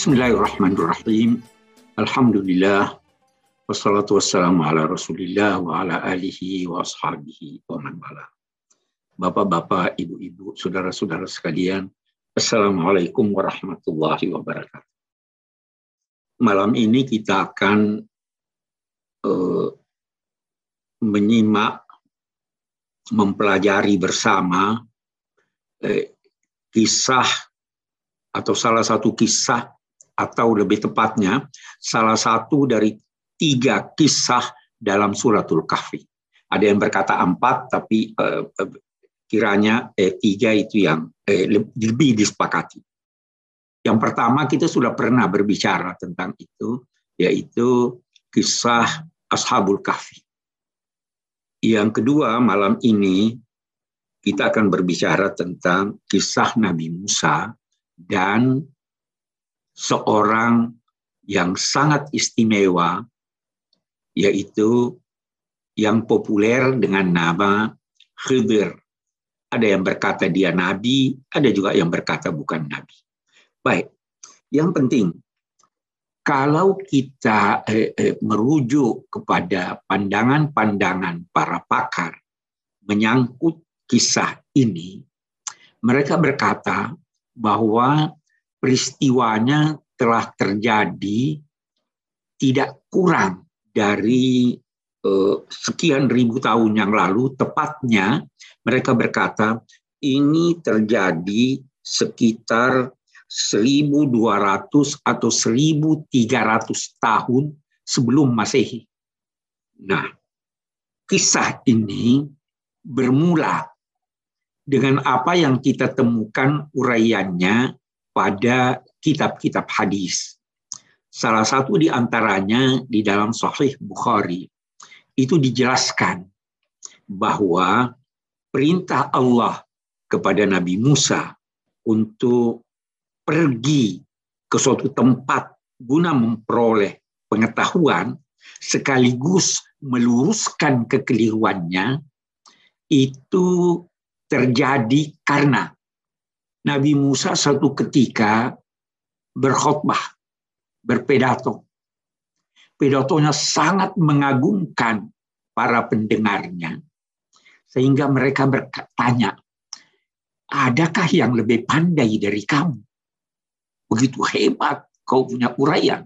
Bismillahirrahmanirrahim. Alhamdulillah. Wassalatu wassalamu ala rasulillah wa ala alihi wa ashabihi wa man wala. Bapak-bapak, ibu-ibu, saudara-saudara sekalian, Assalamualaikum warahmatullahi wabarakatuh. Malam ini kita akan menyimak, mempelajari bersama kisah atau salah satu kisah, atau lebih tepatnya salah satu dari 3 kisah dalam suratul Kahfi. Ada yang berkata 4, tapi kiranya 3 itu yang lebih disepakati. Yang pertama kita sudah pernah berbicara tentang itu, yaitu kisah Ashabul Kahfi. Yang kedua, malam ini kita akan berbicara tentang kisah Nabi Musa dan seorang yang sangat istimewa, yaitu yang populer dengan nama Khidir. Ada yang berkata dia nabi, ada juga yang berkata bukan nabi. Baik, yang penting, kalau kita merujuk kepada pandangan-pandangan para pakar menyangkut kisah ini, mereka berkata bahwa peristiwanya telah terjadi tidak kurang dari sekian ribu tahun yang lalu. Tepatnya mereka berkata ini terjadi sekitar 1200 atau 1300 tahun sebelum Masehi. Nah, kisah ini bermula dengan apa yang kita temukan uraiannya pada kitab-kitab hadis. Salah satu di antaranya di dalam Sahih Bukhari itu dijelaskan bahwa perintah Allah kepada Nabi Musa untuk pergi ke suatu tempat guna memperoleh pengetahuan sekaligus meluruskan kekeliruannya itu terjadi karena Nabi Musa suatu ketika berkhotbah, berpidato. Pidatonya sangat mengagumkan para pendengarnya, sehingga mereka bertanya, adakah yang lebih pandai dari kamu? Begitu hebat kau punya uraian.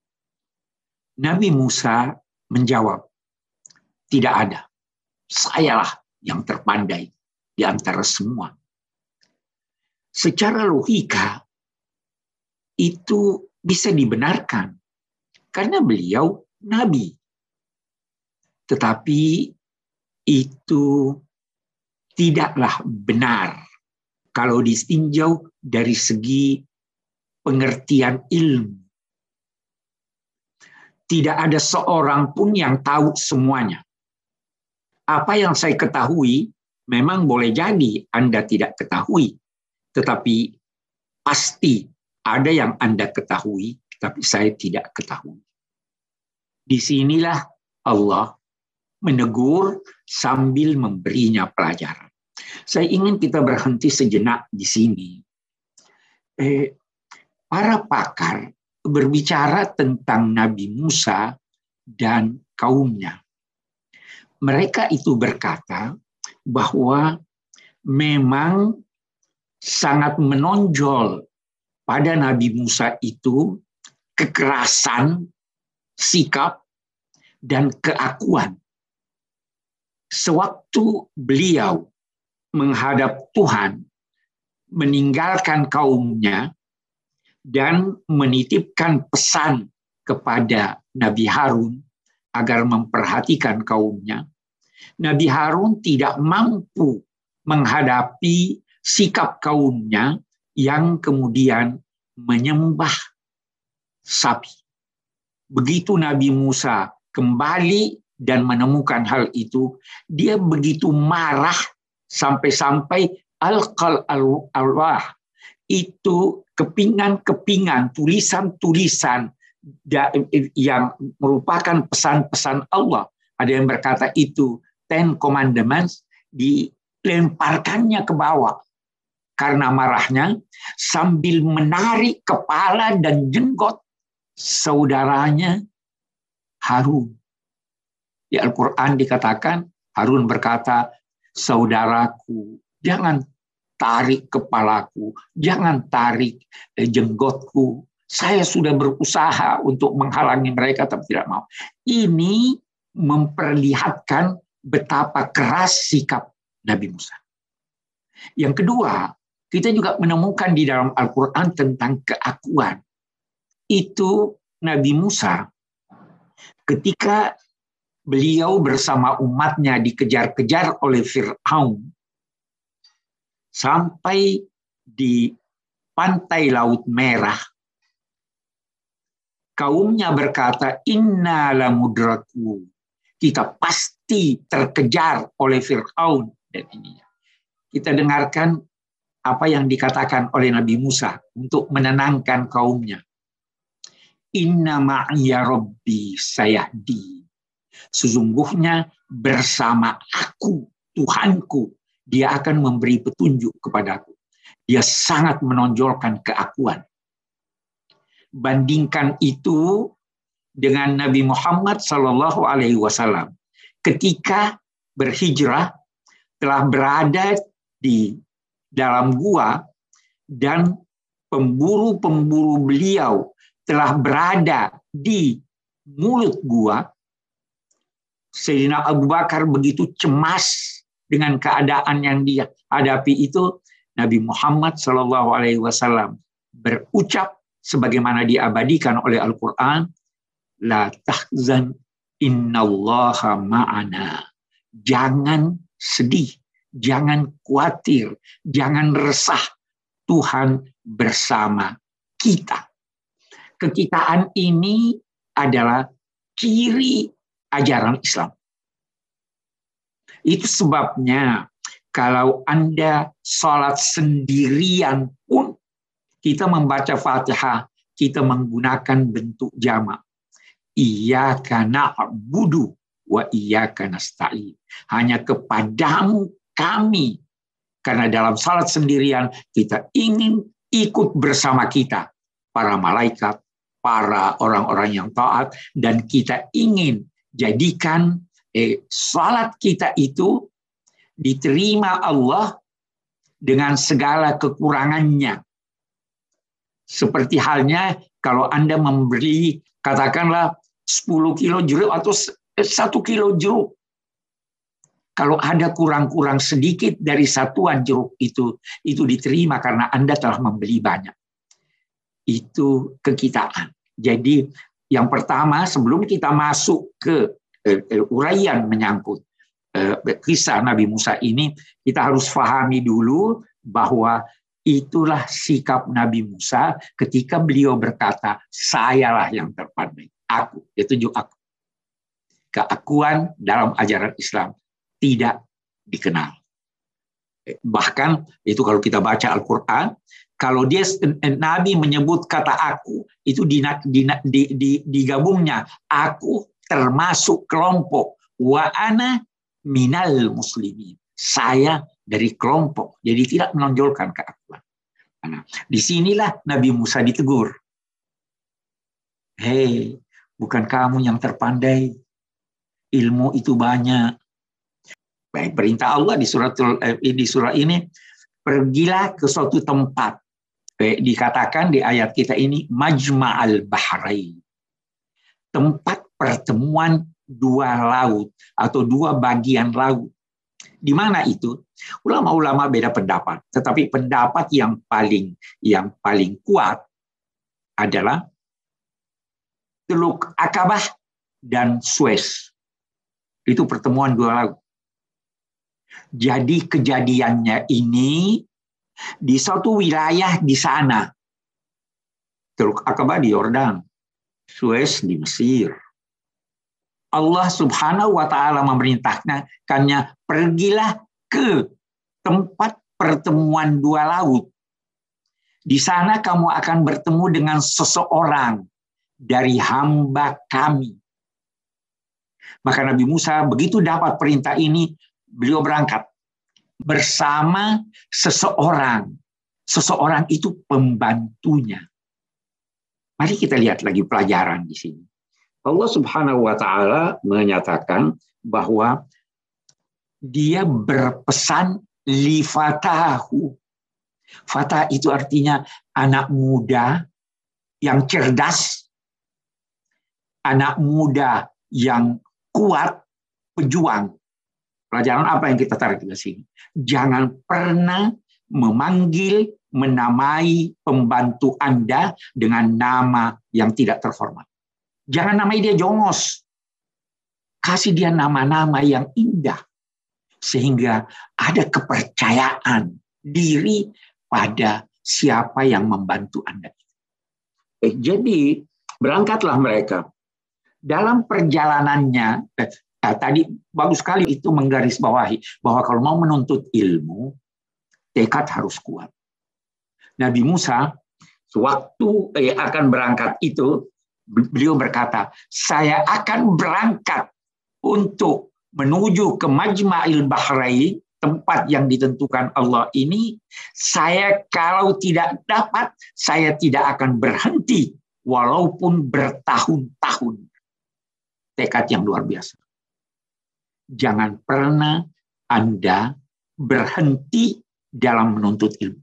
Nabi Musa menjawab, tidak ada. Sayalah yang terpandai di antara semua. Secara logika itu bisa dibenarkan karena beliau nabi. Tetapi itu tidaklah benar kalau ditinjau dari segi pengertian ilmu. Tidak ada seorang pun yang tahu semuanya. Apa yang saya ketahui memang boleh jadi Anda tidak ketahui. Tetapi pasti ada yang Anda ketahui, tapi saya tidak ketahui. Disinilah Allah menegur sambil memberinya pelajaran. Saya ingin kita berhenti sejenak di sini. Para pakar berbicara tentang Nabi Musa dan kaumnya. Mereka itu berkata bahwa memang sangat menonjol pada Nabi Musa itu kekerasan, sikap, dan keakuan. Sewaktu beliau menghadap Tuhan, meninggalkan kaumnya, dan menitipkan pesan kepada Nabi Harun agar memperhatikan kaumnya, Nabi Harun tidak mampu menghadapi sikap kaumnya yang kemudian menyembah sapi. Begitu Nabi Musa kembali dan menemukan hal itu, dia begitu marah sampai-sampai alqal alwah, itu kepingan-kepingan, tulisan-tulisan yang merupakan pesan-pesan Allah. Ada yang berkata itu 10 Commandments, dilemparkannya ke bawah. karena marahnya sambil menarik kepala dan jenggot saudaranya Harun. Di Al-Quran dikatakan, Harun berkata, saudaraku, jangan tarik kepalaku, jangan tarik jenggotku. Saya sudah berusaha untuk menghalangi mereka, tapi tidak mau. Ini memperlihatkan betapa keras sikap Nabi Musa. Yang kedua, kita juga menemukan di dalam Al-Quran tentang keakuan. Itu Nabi Musa ketika beliau bersama umatnya dikejar-kejar oleh Fir'aun sampai di pantai Laut Merah. Kaumnya berkata, inna lamudraku. Kita pasti terkejar oleh Fir'aun dan ininya. Kita dengarkan apa yang dikatakan oleh Nabi Musa untuk menenangkan kaumnya. Inna ma'iya rabbi sayahdi. Sesungguhnya bersama aku, Tuhanku, dia akan memberi petunjuk kepadaku. Dia sangat menonjolkan keakuan. Bandingkan itu dengan Nabi Muhammad SAW ketika berhijrah telah berada di dalam gua dan pemburu-pemburu beliau telah berada di mulut gua. Sayyidina Abu Bakar begitu cemas dengan keadaan yang dia hadapi itu. Nabi Muhammad SAW berucap sebagaimana diabadikan oleh Al-Quran, la tahzan innallaha ma'ana. Jangan sedih, jangan khawatir, jangan resah. Tuhan bersama kita. Kekitaan ini adalah ciri ajaran Islam. Itu sebabnya kalau Anda sholat sendirian pun kita membaca Fatihah, kita menggunakan bentuk jamak. Iyyaka na'budu wa iyyaka nasta'in. Hanya kepadamu kami. Karena dalam salat sendirian kita ingin ikut bersama kita. Para malaikat, para orang-orang yang taat. Dan kita ingin jadikan salat kita itu diterima Allah dengan segala kekurangannya. Seperti halnya kalau Anda membeli katakanlah 10 kilo jeruk atau 1 kilo jeruk. Kalau ada kurang-kurang sedikit dari satuan jeruk itu diterima karena Anda telah membeli banyak. Itu kekitaan. Jadi yang pertama sebelum kita masuk ke uraian menyangkut kisah Nabi Musa ini, kita harus pahami dulu bahwa itulah sikap Nabi Musa ketika beliau berkata, sayalah yang terpandai. Aku, dia tunjuk aku. Keakuan dalam ajaran Islam tidak dikenal. Bahkan itu kalau kita baca Al-Quran, kalau dia Nabi menyebut kata aku, itu digabungnya aku termasuk kelompok wa ana minal muslimin. Saya dari kelompok, jadi tidak menonjolkan keakuan. Nah, disinilah Nabi Musa ditegur. Hei, bukan kamu yang terpandai, ilmu itu banyak. Baik, perintah Allah di surah ini, pergilah ke suatu tempat. Dikatakan di ayat kita ini, Majma'al Bahrain. Tempat pertemuan dua laut atau dua bagian laut. Di mana itu? Ulama-ulama beda pendapat. Tetapi pendapat yang paling kuat adalah Teluk Akabah dan Suez. Itu pertemuan dua laut. Jadi kejadiannya ini di suatu wilayah di sana. Teluk Akabah di Yordan, Suez di Mesir. Allah Subhanahu wa taala memerintahkannya, pergilah ke tempat pertemuan dua laut. Di sana kamu akan bertemu dengan seseorang dari hamba kami. Maka Nabi Musa begitu dapat perintah ini, beliau berangkat bersama seseorang seseorang itu pembantunya. Mari kita lihat lagi pelajaran di sini. Allah Subhanahu wa taala menyatakan bahwa dia berpesan li fatahu. Fatah itu artinya anak muda yang cerdas, anak muda yang kuat, pejuang. Pelajaran apa yang kita tarik di sini? Jangan pernah memanggil, menamai pembantu Anda dengan nama yang tidak terhormat. Jangan namai dia jongos. Kasih dia nama-nama yang indah. Sehingga ada kepercayaan diri pada siapa yang membantu Anda. Jadi berangkatlah mereka. Dalam perjalanannya, tadi bagus sekali itu menggarisbawahi bahwa kalau mau menuntut ilmu, tekad harus kuat. Nabi Musa, sewaktu akan berangkat itu, beliau berkata, saya akan berangkat untuk menuju ke Majma'il Bahrain, tempat yang ditentukan Allah ini. Saya kalau tidak dapat, saya tidak akan berhenti, walaupun bertahun-tahun. Tekad yang luar biasa. Jangan pernah Anda berhenti dalam menuntut ilmu.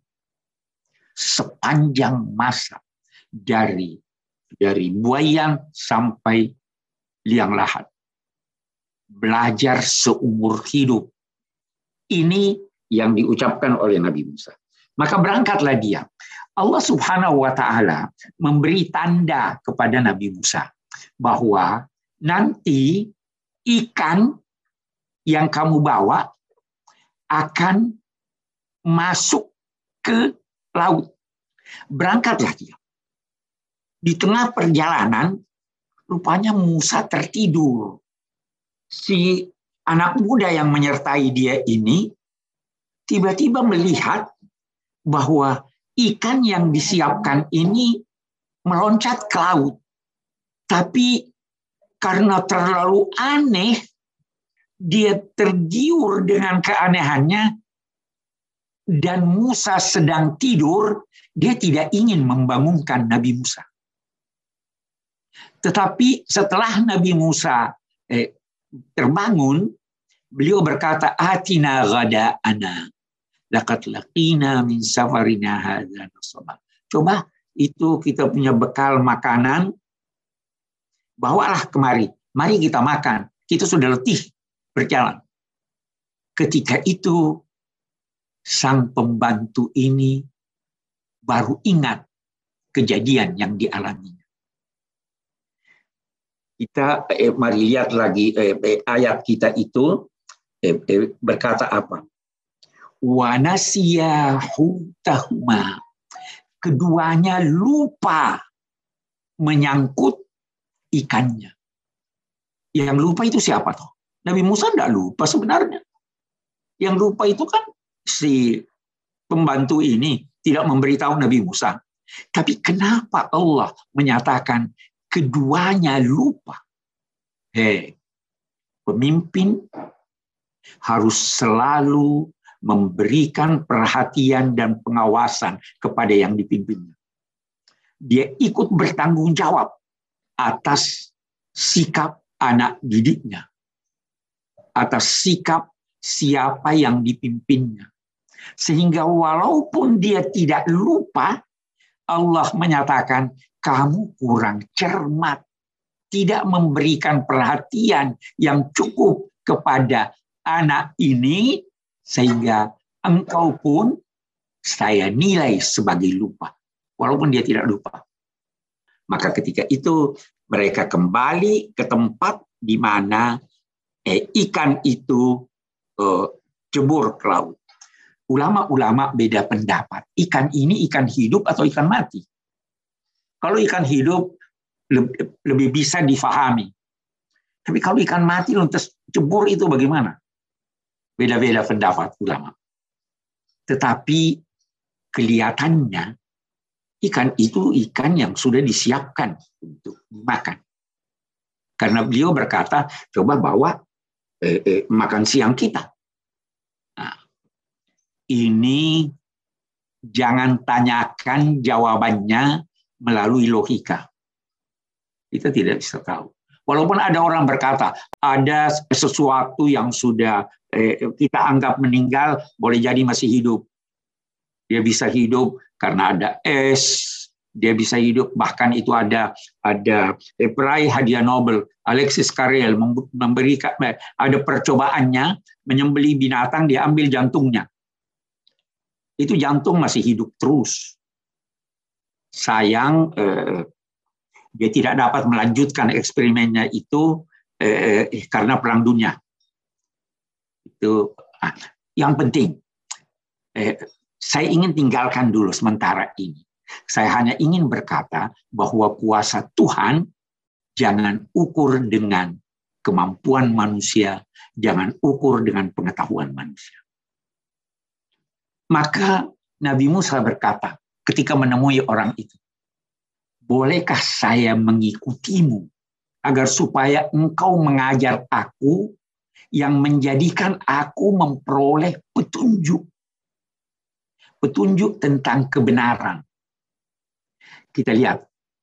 Sepanjang masa, dari buayan sampai liang lahat. Belajar seumur hidup. Ini yang diucapkan oleh Nabi Musa. Maka berangkatlah dia. Allah Subhanahu wa taala memberi tanda kepada Nabi Musa bahwa nanti ikan yang kamu bawa akan masuk ke laut. Berangkatlah dia. Di tengah perjalanan, rupanya Musa tertidur. Si anak muda yang menyertai dia ini tiba-tiba melihat bahwa ikan yang disiapkan ini meloncat ke laut. Tapi karena terlalu aneh, dia tergiur dengan keanehannya, dan Musa sedang tidur, dia tidak ingin membangunkan Nabi Musa. Tetapi setelah Nabi Musa terbangun, beliau berkata, atina ghada'ana, laqad laqina min safarina hadza nasaba. Coba itu kita punya bekal makanan, bawalah kemari. Mari kita makan. Kita sudah letih berjalan. Ketika itu sang pembantu ini baru ingat kejadian yang dialaminya. Kita mari lihat lagi ayat kita itu berkata apa? Wa nasiya hutahuma. Keduanya lupa menyangkut ikannya. Yang lupa itu siapa toh? Nabi Musa tidak lupa sebenarnya. Yang lupa itu kan si pembantu ini tidak memberitahu Nabi Musa. Tapi kenapa Allah menyatakan keduanya lupa? Pemimpin harus selalu memberikan perhatian dan pengawasan kepada yang dipimpinnya. Dia ikut bertanggung jawab atas sikap anak didiknya, atas sikap siapa yang dipimpinnya. Sehingga walaupun dia tidak lupa, Allah menyatakan, kamu kurang cermat, tidak memberikan perhatian yang cukup kepada anak ini, sehingga engkau pun saya nilai sebagai lupa. Walaupun dia tidak lupa. Maka ketika itu mereka kembali ke tempat di mana ikan itu jebur ke laut. Ulama-ulama beda pendapat. Ikan ini ikan hidup atau ikan mati? Kalau ikan hidup lebih bisa difahami. Tapi kalau ikan mati lantas jebur itu bagaimana? Beda-beda pendapat ulama. Tetapi kelihatannya ikan itu ikan yang sudah disiapkan untuk dimakan. Karena beliau berkata, coba bawa makan siang kita. Nah, ini Jangan tanyakan jawabannya melalui logika. Kita tidak bisa tahu. Walaupun ada orang berkata, ada sesuatu yang sudah kita anggap meninggal, boleh jadi masih hidup. Dia bisa hidup karena ada es, dia bisa hidup, bahkan itu ada peraih hadiah Nobel, Alexis Carrel, memberikan, ada percobaannya, menyembelih binatang, dia ambil jantungnya. Itu jantung masih hidup terus. Sayang, dia tidak dapat melanjutkan eksperimennya itu karena Perang Dunia. Itu yang penting. Saya ingin tinggalkan dulu sementara ini. Saya hanya ingin berkata bahwa kuasa Tuhan jangan ukur dengan kemampuan manusia, jangan ukur dengan pengetahuan manusia. Maka Nabi Musa berkata ketika menemui orang itu, bolehkah saya mengikutimu agar supaya engkau mengajar aku yang menjadikan aku memperoleh petunjuk tentang kebenaran. Kita lihat,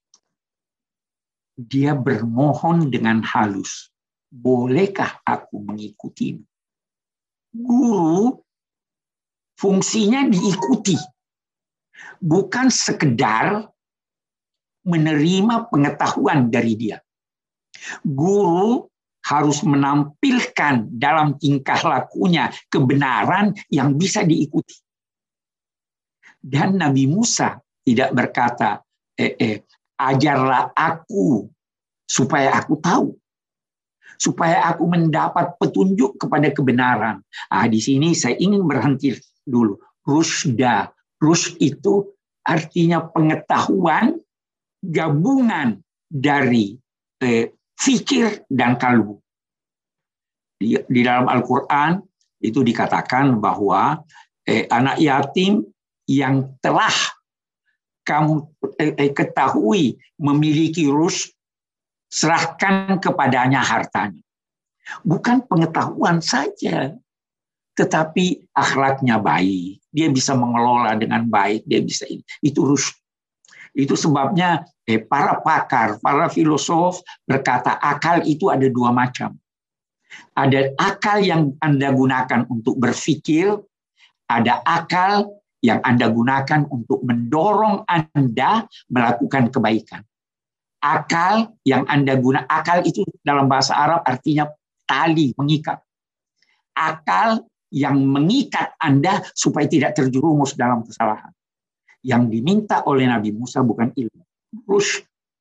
dia bermohon dengan halus, bolehkah aku mengikutimu? Guru fungsinya diikuti, bukan sekedar menerima pengetahuan dari dia. Guru harus menampilkan dalam tingkah lakunya kebenaran yang bisa diikuti. Dan Nabi Musa tidak berkata, ajarlah aku supaya aku tahu, supaya aku mendapat petunjuk kepada kebenaran. Di sini saya ingin berhenti dulu. Rusda, rush itu artinya pengetahuan gabungan dari fikir dan kalbu. Di dalam Al-Quran itu dikatakan bahwa anak yatim yang telah kamu ketahui memiliki rush, serahkan kepadanya hartanya. Bukan pengetahuan saja, tetapi akhlaknya baik. Dia bisa mengelola dengan baik, dia bisa itu rush. Itu sebabnya para pakar, para filosof berkata akal itu ada dua macam. Ada akal yang Anda gunakan untuk berpikir, ada akal yang Anda gunakan untuk mendorong Anda melakukan kebaikan. Akal yang Anda gunakan, akal itu dalam bahasa Arab artinya tali, mengikat. Akal yang mengikat Anda supaya tidak terjerumus dalam kesalahan. Yang diminta oleh Nabi Musa bukan ilmu. Rush.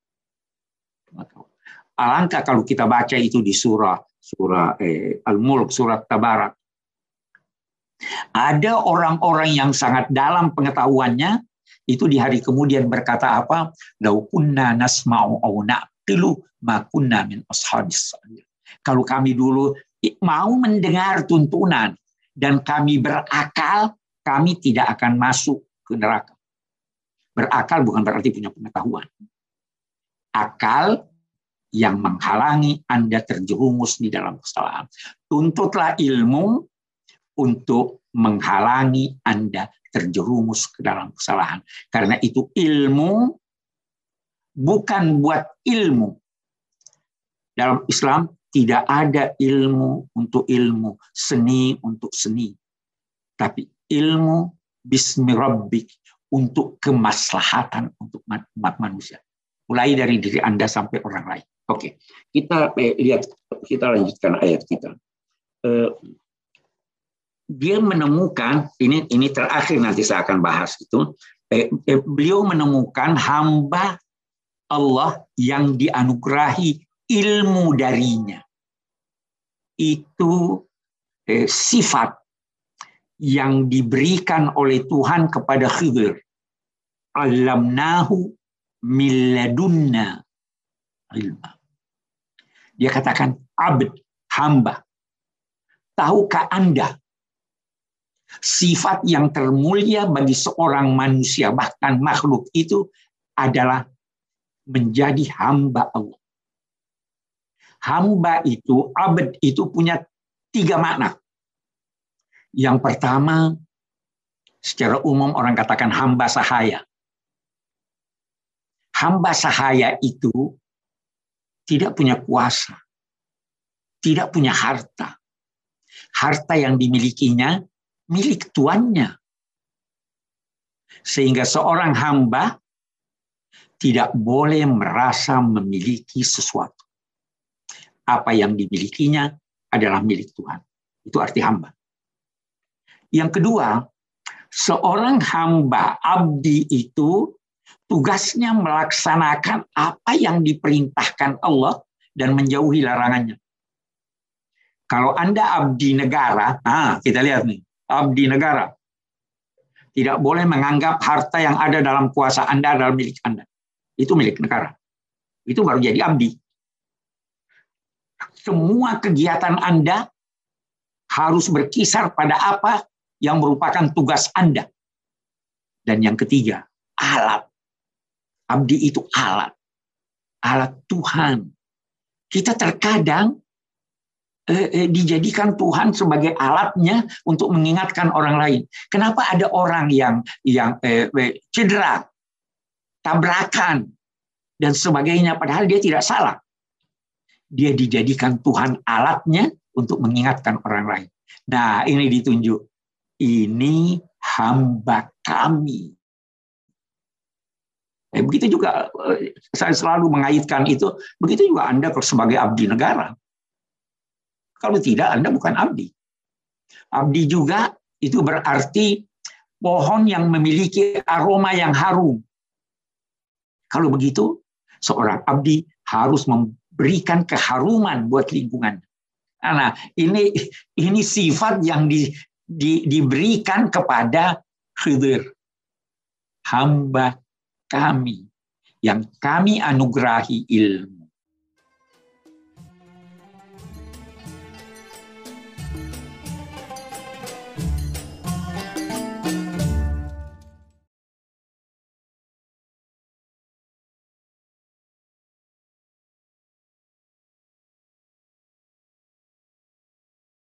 Alangkah kalau kita baca itu di surah Al-Mulk, surat Tabarak. Ada orang-orang yang sangat dalam pengetahuannya, itu di hari kemudian berkata apa? Lau kunna nasma'u aw na'qilu ma kunna min ashabis sa'ir. Kalau kami dulu mau mendengar tuntunan dan kami berakal, kami tidak akan masuk ke neraka. Berakal bukan berarti punya pengetahuan. Akal yang menghalangi Anda terjerumus di dalam kesalahan. Tuntutlah ilmu untuk menghalangi Anda terjerumus ke dalam kesalahan. Karena itu ilmu bukan buat ilmu. Dalam Islam tidak ada ilmu untuk ilmu, seni untuk seni. Tapi ilmu bismi rabbik, untuk kemaslahatan untuk umat manusia. Mulai dari diri Anda sampai orang lain. Oke, kita lihat, kita lanjutkan ayat kita. Dia menemukan, ini terakhir nanti saya akan bahas itu, beliau menemukan hamba Allah yang dianugerahi ilmu darinya. Itu sifat yang diberikan oleh Tuhan kepada Khidir. Allamnahu min ladunna ilma. Dia katakan abd, hamba. Tahukah Anda sifat yang termulia bagi seorang manusia, bahkan makhluk itu adalah menjadi hamba Allah. Hamba itu, abd itu punya 3 makna. Yang pertama, Secara umum orang katakan hamba sahaya. Hamba sahaya itu tidak punya kuasa, tidak punya harta. Harta yang dimilikinya milik tuannya. Sehingga seorang hamba tidak boleh merasa memiliki sesuatu. Apa yang dimilikinya adalah milik Tuhan. Itu arti hamba. Yang kedua, seorang hamba, abdi itu tugasnya melaksanakan apa yang diperintahkan Allah dan menjauhi larangannya. Kalau Anda abdi negara, kita lihat nih, abdi negara. Tidak boleh menganggap harta yang ada dalam kuasa Anda adalah milik Anda. Itu milik negara. Itu baru jadi abdi. Semua kegiatan Anda harus berkisar pada apa yang merupakan tugas Anda. Dan yang ketiga, alat. Abdi itu alat. Alat Tuhan. Kita terkadang dijadikan Tuhan sebagai alatnya untuk mengingatkan orang lain. Kenapa ada orang yang cedera, tabrakan, dan sebagainya, padahal dia tidak salah. Dia dijadikan Tuhan alatnya untuk mengingatkan orang lain. Nah, ini ditunjuk. Ini hamba kami. Begitu juga saya selalu mengaitkan itu. Begitu juga Anda sebagai abdi negara. Kalau tidak, Anda bukan abdi. Abdi juga itu berarti pohon yang memiliki aroma yang harum. Kalau begitu, seorang abdi harus memberikan keharuman buat lingkungan. Nah, ini sifat yang diberikan kepada Khidir, hamba kami yang kami anugerahi ilmu.